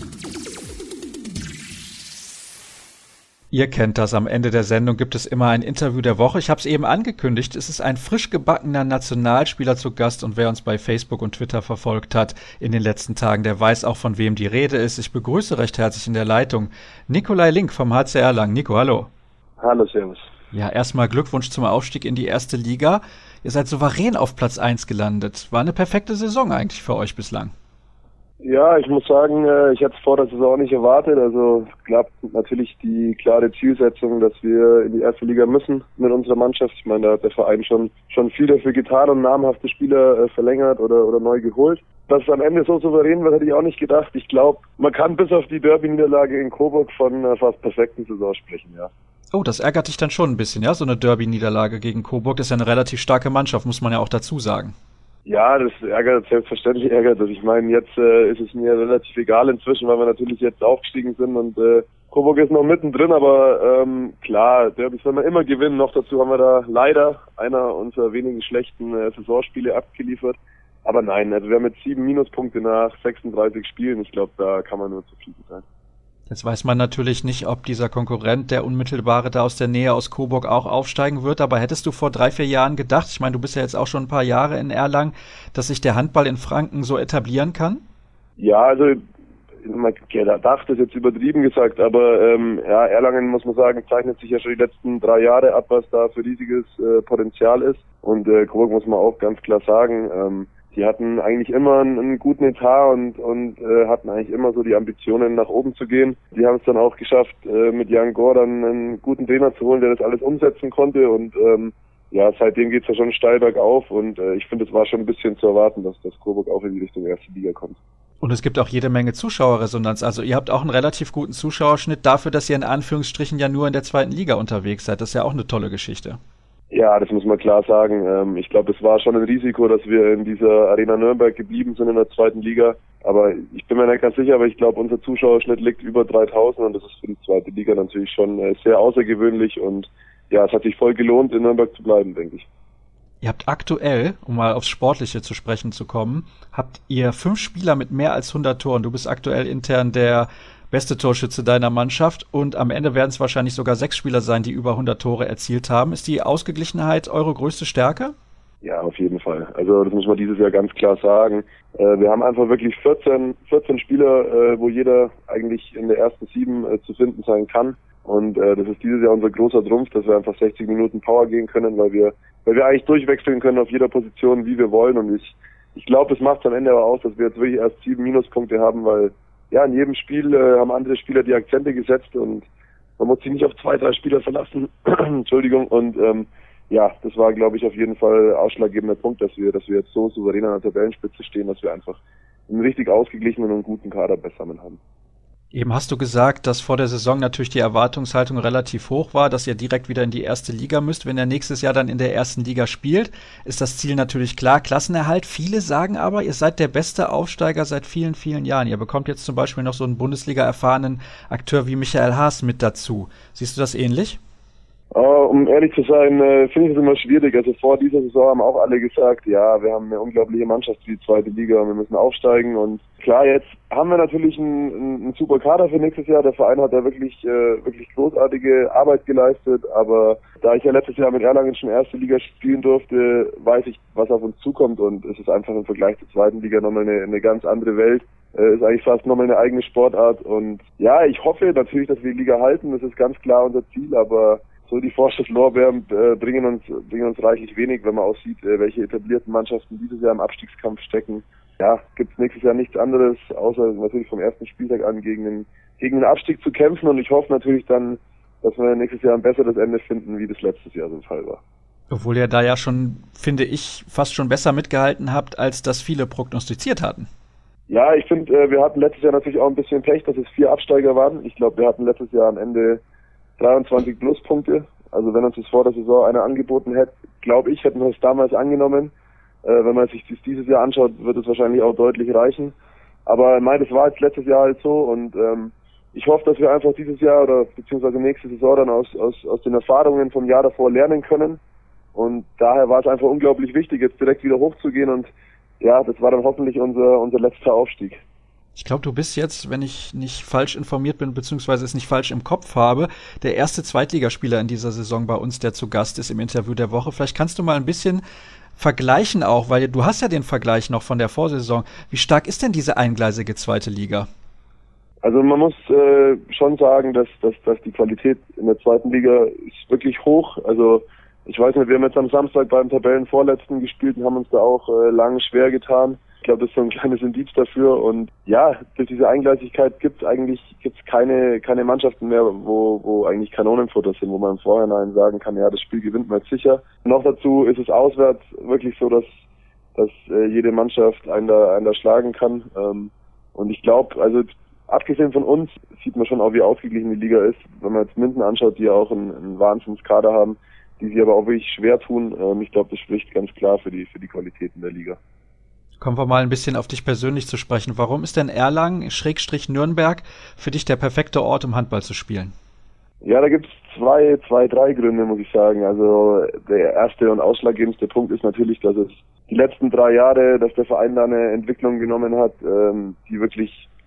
Ihr kennt das, am Ende der Sendung gibt es immer ein Interview der Woche. Ich habe es eben angekündigt, es ist ein frisch gebackener Nationalspieler zu Gast und wer uns bei Facebook und Twitter verfolgt hat in den letzten Tagen, der weiß auch, von wem die Rede ist. Ich begrüße recht herzlich in der Leitung Nikolai Link vom H C Erlangen. Nico, hallo. Hallo, servus. Ja, erstmal Glückwunsch zum Aufstieg in die erste Liga. Ihr seid souverän auf Platz eins gelandet. War eine perfekte Saison eigentlich für euch bislang. Ja, ich muss sagen, ich hätte es vor der Saison nicht erwartet. Also es gab natürlich die klare Zielsetzung, dass wir in die erste Liga müssen mit unserer Mannschaft. Ich meine, da hat der Verein schon schon viel dafür getan und namhafte Spieler äh, verlängert oder oder neu geholt. Dass es am Ende so souverän wird, hätte ich auch nicht gedacht. Ich glaube, man kann bis auf die Derby-Niederlage in Coburg von einer fast perfekten Saison sprechen, ja. Oh, das ärgert dich dann schon ein bisschen, ja? So eine Derby-Niederlage gegen Coburg, das ist ja eine relativ starke Mannschaft, muss man ja auch dazu sagen. Ja, das ärgert, selbstverständlich ärgert das. Ich meine, jetzt äh, ist es mir relativ egal inzwischen, weil wir natürlich jetzt aufgestiegen sind und äh, Coburg ist noch mittendrin, aber ähm, klar, Derbys werden wir immer gewinnen. Noch dazu haben wir da leider einer unserer wenigen schlechten äh, Saisonspiele abgeliefert. Aber nein, also wir haben jetzt sieben Minuspunkte nach sechsunddreißig Spielen. Ich glaube, da kann man nur zufrieden sein. Jetzt weiß man natürlich nicht, ob dieser Konkurrent, der unmittelbare da aus der Nähe aus Coburg, auch aufsteigen wird. Aber hättest du vor drei, vier Jahren gedacht, ich meine, du bist ja jetzt auch schon ein paar Jahre in Erlangen, dass sich der Handball in Franken so etablieren kann? Ja, also man dachte, ist jetzt übertrieben gesagt, aber ähm, ja, Erlangen, muss man sagen, zeichnet sich ja schon die letzten drei Jahre ab, was da für riesiges äh, Potenzial ist. Und äh, Coburg muss man auch ganz klar sagen, ähm, die hatten eigentlich immer einen, einen guten Etat und, und äh, hatten eigentlich immer so die Ambitionen, nach oben zu gehen. Die haben es dann auch geschafft, äh, mit Jan Gore dann einen guten Trainer zu holen, der das alles umsetzen konnte. Und ähm, ja, seitdem geht's ja schon steil bergauf. Und äh, ich finde, es war schon ein bisschen zu erwarten, dass das Coburg auch in die Richtung erste Liga kommt. Und es gibt auch jede Menge Zuschauerresonanz. Also ihr habt auch einen relativ guten Zuschauerschnitt dafür, dass ihr in Anführungsstrichen ja nur in der zweiten Liga unterwegs seid. Das ist ja auch eine tolle Geschichte. Ja, das muss man klar sagen. Ich glaube, es war schon ein Risiko, dass wir in dieser Arena Nürnberg geblieben sind in der zweiten Liga. Aber ich bin mir nicht ganz sicher, aber ich glaube, unser Zuschauerschnitt liegt über dreitausend und das ist für die zweite Liga natürlich schon sehr außergewöhnlich. Und ja, es hat sich voll gelohnt, in Nürnberg zu bleiben, denke ich. Ihr habt aktuell, um mal aufs Sportliche zu sprechen zu kommen, habt ihr fünf Spieler mit mehr als hundert Toren. Du bist aktuell intern der beste Torschütze deiner Mannschaft und am Ende werden es wahrscheinlich sogar sechs Spieler sein, die über hundert Tore erzielt haben. Ist die Ausgeglichenheit eure größte Stärke? Ja, auf jeden Fall. Also das muss man dieses Jahr ganz klar sagen. Äh, wir haben einfach wirklich vierzehn, vierzehn Spieler, äh, wo jeder eigentlich in der ersten sieben äh, zu finden sein kann. Und äh, das ist dieses Jahr unser großer Trumpf, dass wir einfach sechzig Minuten Power gehen können, weil wir weil wir eigentlich durchwechseln können auf jeder Position, wie wir wollen. Und ich ich glaube, es macht am Ende aber aus, dass wir jetzt wirklich erst sieben Minuspunkte haben, weil ja, in jedem Spiel äh, haben andere Spieler die Akzente gesetzt und man muss sich nicht auf zwei, drei Spieler verlassen. Entschuldigung. Und ähm, ja, das war, glaube ich, auf jeden Fall ausschlaggebender Punkt, dass wir, dass wir jetzt so souverän an der Tabellenspitze stehen, dass wir einfach einen richtig ausgeglichenen und guten Kader beisammen haben. Eben hast du gesagt, dass vor der Saison natürlich die Erwartungshaltung relativ hoch war, dass ihr direkt wieder in die erste Liga müsst. Wenn ihr nächstes Jahr dann in der ersten Liga spielt, ist das Ziel natürlich klar, Klassenerhalt. Viele sagen aber, ihr seid der beste Aufsteiger seit vielen, vielen Jahren. Ihr bekommt jetzt zum Beispiel noch so einen Bundesliga-erfahrenen Akteur wie Michael Haas mit dazu. Siehst du das ähnlich? Uh, um ehrlich zu sein, äh, finde ich es immer schwierig. Also vor dieser Saison haben auch alle gesagt, ja, wir haben eine unglaubliche Mannschaft für die zweite Liga und wir müssen aufsteigen. Und klar, jetzt haben wir natürlich einen, einen super Kader für nächstes Jahr. Der Verein hat da wirklich äh, wirklich großartige Arbeit geleistet. Aber da ich ja letztes Jahr mit Erlangen schon erste Liga spielen durfte, weiß ich, was auf uns zukommt. Und es ist einfach im Vergleich zur zweiten Liga nochmal eine, eine ganz andere Welt. Äh, ist eigentlich fast nochmal eine eigene Sportart. Und ja, ich hoffe natürlich, dass wir die Liga halten. Das ist ganz klar unser Ziel. Aber so die Vorschusslorbeeren äh, bringen uns bringen uns reichlich wenig, wenn man auch sieht, äh, welche etablierten Mannschaften dieses Jahr im Abstiegskampf stecken. Ja, gibt es nächstes Jahr nichts anderes, außer natürlich vom ersten Spieltag an gegen den gegen den Abstieg zu kämpfen. Und ich hoffe natürlich dann, dass wir nächstes Jahr ein besseres Ende finden, wie das letztes Jahr so der Fall war. Obwohl ihr da ja schon, finde ich, fast schon besser mitgehalten habt, als das viele prognostiziert hatten. Ja, ich finde, äh, wir hatten letztes Jahr natürlich auch ein bisschen Pech, dass es vier Absteiger waren. Ich glaube, wir hatten letztes Jahr am Ende dreiundzwanzig Pluspunkte. Also wenn uns das vor der Saison einer angeboten hätte, glaube ich, hätten wir es damals angenommen. Äh, wenn man sich das dieses Jahr anschaut, wird es wahrscheinlich auch deutlich reichen. Aber mein, das war jetzt letztes Jahr halt so und ähm, ich hoffe, dass wir einfach dieses Jahr oder beziehungsweise nächste Saison dann aus, aus, aus den Erfahrungen vom Jahr davor lernen können. Und daher war es einfach unglaublich wichtig, jetzt direkt wieder hochzugehen und ja, das war dann hoffentlich unser, unser letzter Aufstieg. Ich glaube, du bist jetzt, wenn ich nicht falsch informiert bin, beziehungsweise es nicht falsch im Kopf habe, der erste Zweitligaspieler in dieser Saison bei uns, der zu Gast ist im Interview der Woche. Vielleicht kannst du mal ein bisschen vergleichen auch, weil du hast ja den Vergleich noch von der Vorsaison. Wie stark ist denn diese eingleisige zweite Liga? Also man muss äh, schon sagen, dass, dass, dass die Qualität in der zweiten Liga ist wirklich hoch. Also ich weiß nicht, wir haben jetzt am Samstag beim Tabellenvorletzten gespielt und haben uns da auch äh, lange schwer getan. Ich glaube, das ist so ein kleines Indiz dafür. Und ja, durch diese Eingleisigkeit gibt es eigentlich gibt's keine keine Mannschaften mehr, wo wo eigentlich Kanonenfutter sind, wo man im Vorhinein sagen kann, ja, das Spiel gewinnt man jetzt sicher. Noch dazu ist es auswärts wirklich so, dass dass äh, jede Mannschaft einen da, einen da schlagen kann. Ähm, und ich glaube, also abgesehen von uns sieht man schon auch, wie ausgeglichen die Liga ist. Wenn man jetzt Minden anschaut, die ja auch einen, einen Wahnsinnskader haben, die sich aber auch wirklich schwer tun. Ähm, ich glaube, das spricht ganz klar für die für die Qualitäten der Liga. Kommen wir mal ein bisschen auf dich persönlich zu sprechen. Warum ist denn Erlangen, Schrägstrich Nürnberg, für dich der perfekte Ort, um Handball zu spielen? Ja, da gibt es zwei, zwei, drei Gründe, muss ich sagen. Also der erste und ausschlaggebendste Punkt ist natürlich, dass es die letzten drei Jahre, dass der Verein da eine Entwicklung genommen hat, ähm, die wirklich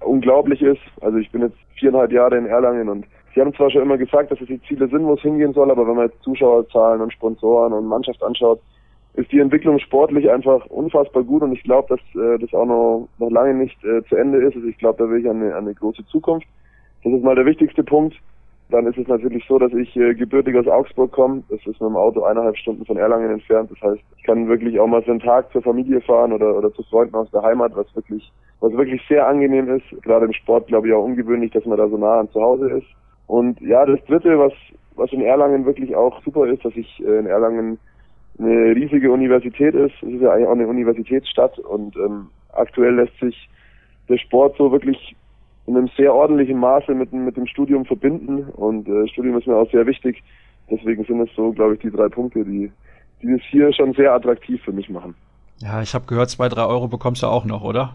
unglaublich ist. Also ich bin jetzt viereinhalb Jahre in Erlangen und sie haben zwar schon immer gesagt, dass es die Ziele sind, wo es hingehen soll, aber wenn man jetzt Zuschauerzahlen und Sponsoren und Mannschaft anschaut, ist die Entwicklung sportlich einfach unfassbar gut und ich glaube, dass äh, das auch noch, noch lange nicht äh, zu Ende ist. Also ich glaube, da will ich an eine, an eine große Zukunft. Das ist mal der wichtigste Punkt. Dann ist es natürlich so, dass ich äh, gebürtig aus Augsburg komme. Das ist mit dem Auto eineinhalb Stunden von Erlangen entfernt. Das heißt, ich kann wirklich auch mal für einen Tag zur Familie fahren oder oder zu Freunden aus der Heimat, was wirklich was wirklich sehr angenehm ist. Gerade im Sport, glaube ich, auch ungewöhnlich, dass man da so nah an zu Hause ist. Und ja, das Dritte, was was in Erlangen wirklich auch super ist, dass ich äh, in Erlangen eine riesige Universität ist. Es ist ja eigentlich auch eine Universitätsstadt und ähm, aktuell lässt sich der Sport so wirklich in einem sehr ordentlichen Maße mit, mit dem Studium verbinden und äh, Studium ist mir auch sehr wichtig. Deswegen sind es so, glaube ich, die drei Punkte, die, die das hier schon sehr attraktiv für mich machen. Ja, ich habe gehört, zwei, drei Euro bekommst du auch noch, oder?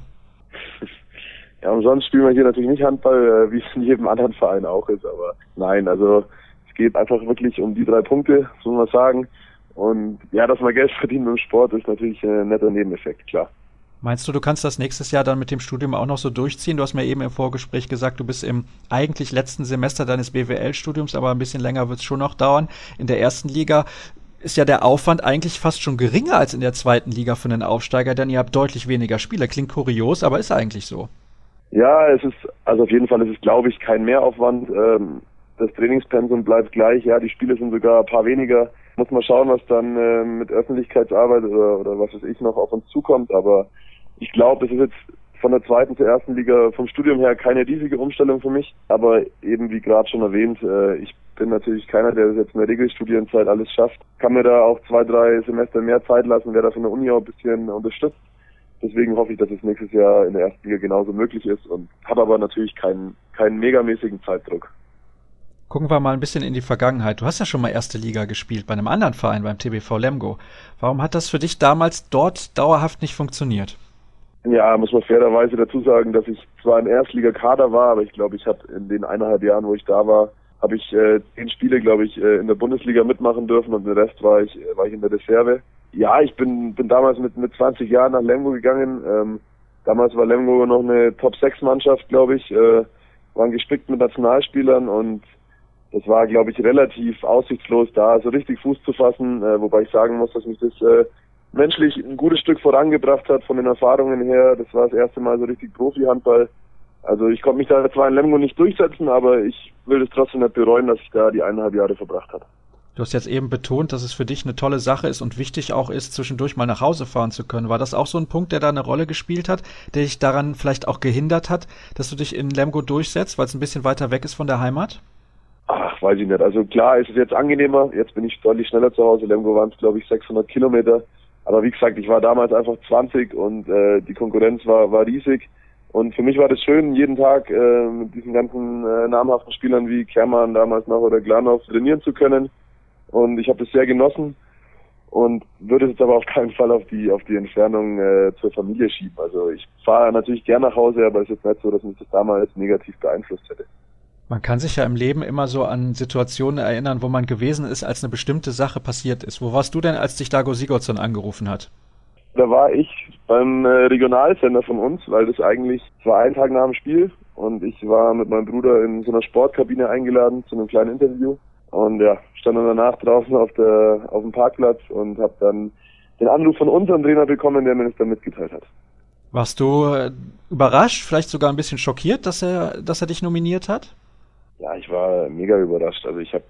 Ja, umsonst spielen wir hier natürlich nicht Handball, äh, wie es in jedem anderen Verein auch ist, aber nein, also es geht einfach wirklich um die drei Punkte, so muss man sagen. Und ja, dass man Geld verdient im Sport ist natürlich ein netter Nebeneffekt, klar. Meinst du, du kannst das nächstes Jahr dann mit dem Studium auch noch so durchziehen? Du hast mir eben im Vorgespräch gesagt, du bist im eigentlich letzten Semester deines B W L-Studiums, aber ein bisschen länger wird es schon noch dauern. In der ersten Liga ist ja der Aufwand eigentlich fast schon geringer als in der zweiten Liga für einen Aufsteiger, denn ihr habt deutlich weniger Spieler. Klingt kurios, aber ist eigentlich so. Ja, es ist, also auf jeden Fall ist es, glaube ich, kein Mehraufwand. Das Trainingspensum bleibt gleich, ja, die Spiele sind sogar ein paar weniger. Muss man schauen, was dann äh, mit Öffentlichkeitsarbeit oder, oder was weiß ich noch auf uns zukommt, aber ich glaube, das ist jetzt von der zweiten zur ersten Liga vom Studium her keine riesige Umstellung für mich, aber eben wie gerade schon erwähnt, äh, ich bin natürlich keiner, der das jetzt in der Regelstudienzeit alles schafft, kann mir da auch zwei, drei Semester mehr Zeit lassen, wer da von der Uni auch ein bisschen unterstützt. Deswegen hoffe ich, dass es nächstes Jahr in der ersten Liga genauso möglich ist und habe aber natürlich keinen keinen megamäßigen Zeitdruck. Gucken wir mal ein bisschen in die Vergangenheit. Du hast ja schon mal erste Liga gespielt bei einem anderen Verein, beim T B V Lemgo. Warum hat das für dich damals dort dauerhaft nicht funktioniert? Ja, muss man fairerweise dazu sagen, dass ich zwar im Erstligakader war, aber ich glaube, ich habe in den eineinhalb Jahren, wo ich da war, habe ich äh, zehn Spiele, glaube ich, äh, in der Bundesliga mitmachen dürfen und den Rest war ich äh, war ich in der Reserve. Ja, ich bin bin damals mit mit zwanzig Jahren nach Lemgo gegangen. Ähm, damals war Lemgo noch eine Top sechs Mannschaft, glaube ich, äh, waren gespickt mit Nationalspielern und das war, glaube ich, relativ aussichtslos, da so richtig Fuß zu fassen, äh, wobei ich sagen muss, dass mich das äh, menschlich ein gutes Stück vorangebracht hat von den Erfahrungen her. Das war das erste Mal so richtig Profi-Handball. Also ich konnte mich da zwar in Lemgo nicht durchsetzen, aber ich will das trotzdem nicht bereuen, dass ich da die eineinhalb Jahre verbracht habe. Du hast jetzt eben betont, dass es für dich eine tolle Sache ist und wichtig auch ist, zwischendurch mal nach Hause fahren zu können. War das auch so ein Punkt, der da eine Rolle gespielt hat, der dich daran vielleicht auch gehindert hat, dass du dich in Lemgo durchsetzt, weil es ein bisschen weiter weg ist von der Heimat? Ach, weiß ich nicht. Also klar ist es jetzt angenehmer. Jetzt bin ich deutlich schneller zu Hause. Lemgo waren es, glaube ich, sechshundert Kilometer. Aber wie gesagt, ich war damals einfach zwanzig und äh, die Konkurrenz war war riesig. Und für mich war das schön, jeden Tag äh, mit diesen ganzen äh, namhaften Spielern wie Kermann damals noch oder Glanov trainieren zu können. Und ich habe das sehr genossen und würde es jetzt aber auf keinen Fall auf die auf die Entfernung äh, zur Familie schieben. Also ich fahre natürlich gern nach Hause, aber es ist jetzt nicht so, dass mich das damals negativ beeinflusst hätte. Man kann sich ja im Leben immer so an Situationen erinnern, wo man gewesen ist, als eine bestimmte Sache passiert ist. Wo warst du denn, als dich Dago Sigurdsson angerufen hat? Da war ich beim äh, Regionalsender von uns, weil das eigentlich, es war ein Tag nach dem Spiel und ich war mit meinem Bruder in so einer Sportkabine eingeladen zu einem kleinen Interview und ja, stand dann danach draußen auf der auf dem Parkplatz und habe dann den Anruf von unserem Trainer bekommen, der mir das dann mitgeteilt hat. Warst du äh, überrascht, vielleicht sogar ein bisschen schockiert, dass er dass er dich nominiert hat? Ja, ich war mega überrascht. Also ich habe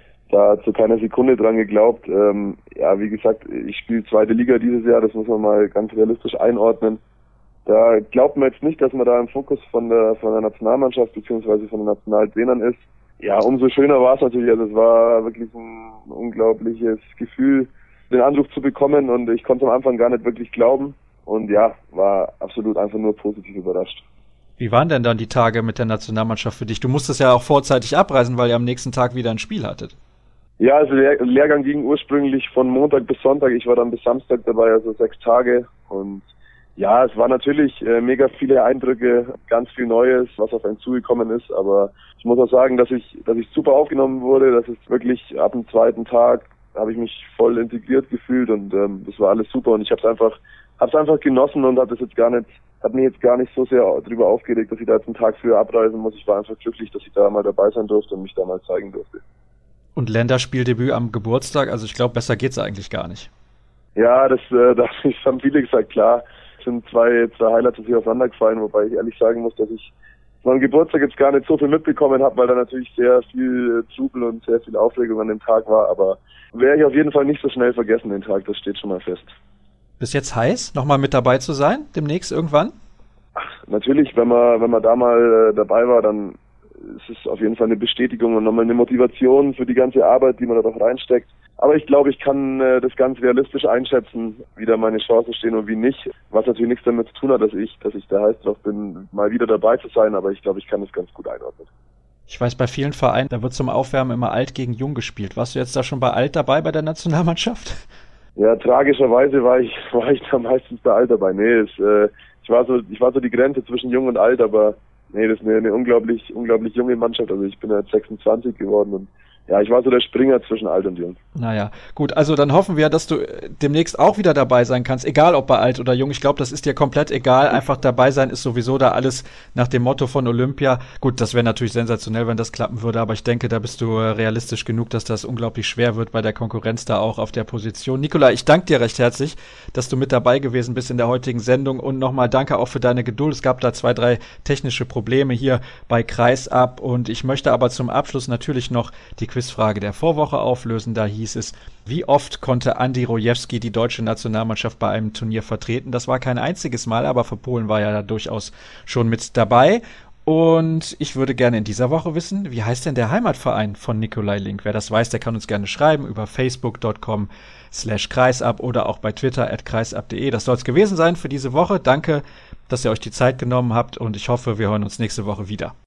da zu keiner Sekunde dran geglaubt. Ähm, ja, wie gesagt, ich spiele zweite Liga dieses Jahr, das muss man mal ganz realistisch einordnen. Da glaubt man jetzt nicht, dass man da im Fokus von der von der Nationalmannschaft beziehungsweise von den Nationaltrainern ist. Ja, umso schöner war es natürlich. Also es war wirklich ein unglaubliches Gefühl, den Anruf zu bekommen und ich konnte am Anfang gar nicht wirklich glauben. Und ja, war absolut einfach nur positiv überrascht. Wie waren denn dann die Tage mit der Nationalmannschaft für dich? Du musstest ja auch vorzeitig abreisen, weil ihr am nächsten Tag wieder ein Spiel hattet. Ja, also der Lehrgang ging ursprünglich von Montag bis Sonntag. Ich war dann bis Samstag dabei, also sechs Tage. Und ja, es war natürlich äh, mega viele Eindrücke, ganz viel Neues, was auf einen zugekommen ist. Aber ich muss auch sagen, dass ich, dass ich super aufgenommen wurde. Das ist wirklich ab dem zweiten Tag habe ich mich voll integriert gefühlt und ähm, das war alles super. Und ich habe es einfach, habe es einfach genossen und habe das jetzt gar nicht hat mich jetzt gar nicht so sehr darüber aufgeregt, dass ich da jetzt einen Tag früher abreisen muss. Ich war einfach glücklich, dass ich da mal dabei sein durfte und mich da mal zeigen durfte. Und Länderspieldebüt am Geburtstag, also ich glaube, besser geht's eigentlich gar nicht. Ja, das, äh, das haben viele gesagt, klar. Es sind zwei, zwei Highlights, die aufeinander gefallen, wobei ich ehrlich sagen muss, dass ich meinem Geburtstag jetzt gar nicht so viel mitbekommen habe, weil da natürlich sehr viel Trubel und sehr viel Aufregung an dem Tag war, aber werde ich auf jeden Fall nicht so schnell vergessen, den Tag, das steht schon mal fest. Bis jetzt heiß, nochmal mit dabei zu sein, demnächst irgendwann? Ach, natürlich, wenn man, wenn man da mal äh, dabei war, dann ist es auf jeden Fall eine Bestätigung und nochmal eine Motivation für die ganze Arbeit, die man da doch reinsteckt. Aber ich glaube, ich kann äh, das ganz realistisch einschätzen, wie da meine Chancen stehen und wie nicht. Was natürlich nichts damit zu tun hat, dass ich, dass ich da heiß drauf bin, mal wieder dabei zu sein. Aber ich glaube, ich kann das ganz gut einordnen. Ich weiß, bei vielen Vereinen, da wird zum Aufwärmen immer alt gegen jung gespielt. Warst du jetzt da schon bei alt dabei bei der Nationalmannschaft? Ja, tragischerweise war ich, war ich da meistens bei alt dabei. Nee, es, äh, ich war so, ich war so die Grenze zwischen jung und alt, aber nee, das ist eine, eine unglaublich, unglaublich junge Mannschaft. Also ich bin jetzt sechsundzwanzig geworden und ja, ich war so der Springer zwischen alt und jung. Naja, gut, also dann hoffen wir, dass du demnächst auch wieder dabei sein kannst, egal ob bei alt oder jung. Ich glaube, das ist dir komplett egal. Einfach dabei sein ist sowieso da alles nach dem Motto von Olympia. Gut, das wäre natürlich sensationell, wenn das klappen würde, aber ich denke, da bist du realistisch genug, dass das unglaublich schwer wird bei der Konkurrenz da auch auf der Position. Nicola, ich danke dir recht herzlich, dass du mit dabei gewesen bist in der heutigen Sendung und nochmal danke auch für deine Geduld. Es gab da zwei, drei technische Probleme hier bei Kreisab und ich möchte aber zum Abschluss natürlich noch die Quizfrage der Vorwoche auflösen. Da hieß es, wie oft konnte Andi Rojewski die deutsche Nationalmannschaft bei einem Turnier vertreten? Das war kein einziges Mal, aber für Polen war er da durchaus schon mit dabei. Und ich würde gerne in dieser Woche wissen, wie heißt denn der Heimatverein von Nicolai Link? Wer das weiß, der kann uns gerne schreiben über facebook punkt com slash kreisab oder auch bei Twitter at kreisab punkt de. Das soll es gewesen sein für diese Woche. Danke, dass ihr euch die Zeit genommen habt und ich hoffe, wir hören uns nächste Woche wieder.